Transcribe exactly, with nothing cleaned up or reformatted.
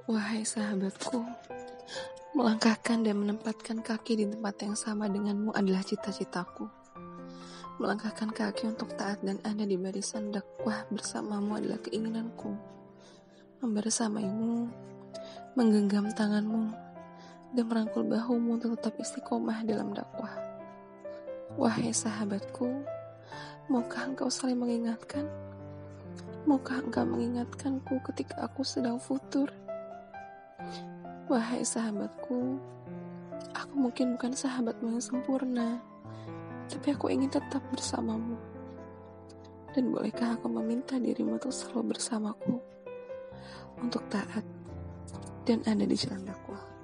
Wahai sahabatku, melangkahkan dan menempatkan kaki di tempat yang sama denganmu adalah cita-citaku. Melangkahkan kaki untuk taat dan ada di barisan dakwah bersamamu adalah keinginanku. Membersamaimu, menggenggam tanganmu, dan merangkul bahumu untuk tetap istiqomah dalam dakwah. Wahai sahabatku, maukah engkau saling mengingatkan? Maukah engkau mengingatkanku ketika aku sedang futur? Wahai sahabatku, aku mungkin bukan sahabatmu yang sempurna, tapi aku ingin tetap bersamamu. Dan bolehkah aku meminta dirimu untuk selalu bersamaku, untuk taat dan ada di jalan dakwah?